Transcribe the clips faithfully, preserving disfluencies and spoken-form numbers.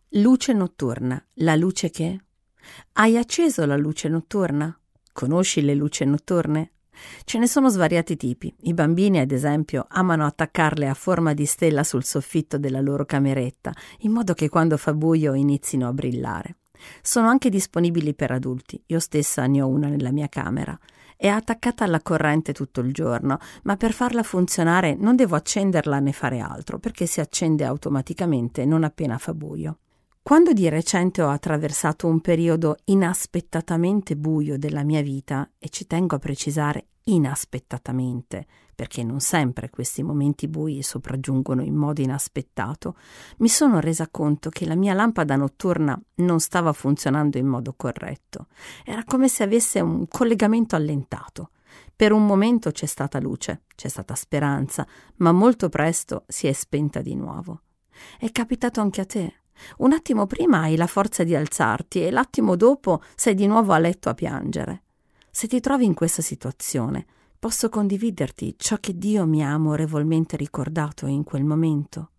Luce notturna, la luce che? Hai acceso la luce notturna? Conosci le luci notturne? Ce ne sono svariati tipi. I bambini, ad esempio, amano attaccarle a forma di stella sul soffitto della loro cameretta, in modo che quando fa buio inizino a brillare. Sono anche disponibili per adulti. Io stessa ne ho una nella mia camera. È attaccata alla corrente tutto il giorno, ma per farla funzionare non devo accenderla né fare altro, perché si accende automaticamente non appena fa buio. Quando di recente ho attraversato un periodo inaspettatamente buio della mia vita, e ci tengo a precisare inaspettatamente, perché non sempre questi momenti bui sopraggiungono in modo inaspettato, mi sono resa conto che la mia lampada notturna non stava funzionando in modo corretto. Era come se avesse un collegamento allentato. Per un momento c'è stata luce, c'è stata speranza, ma molto presto si è spenta di nuovo. È capitato anche a te. Un attimo prima hai la forza di alzarti e l'attimo dopo sei di nuovo a letto a piangere. Se ti trovi in questa situazione, posso condividerti ciò che Dio mi ha amorevolmente ricordato in quel momento.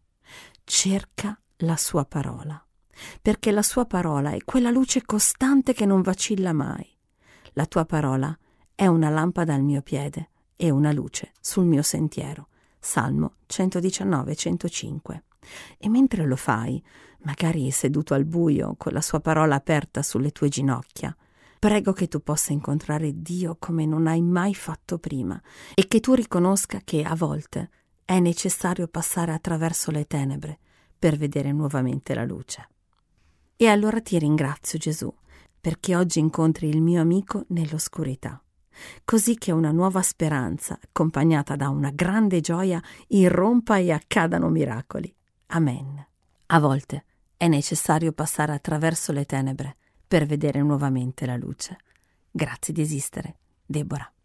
Cerca la sua parola, perché la sua parola è quella luce costante che non vacilla mai. La tua parola è una lampada al mio piede e una luce sul mio sentiero. Salmo centodiciannove centocinque. E mentre lo fai, magari seduto al buio con la sua parola aperta sulle tue ginocchia, prego che tu possa incontrare Dio come non hai mai fatto prima e che tu riconosca che a volte è necessario passare attraverso le tenebre per vedere nuovamente la luce. E allora ti ringrazio, Gesù, perché oggi incontri il mio amico nell'oscurità, così che una nuova speranza, accompagnata da una grande gioia, irrompa e accadano miracoli. Amen. A volte è necessario passare attraverso le tenebre per vedere nuovamente la luce. Grazie di esistere, Deborah.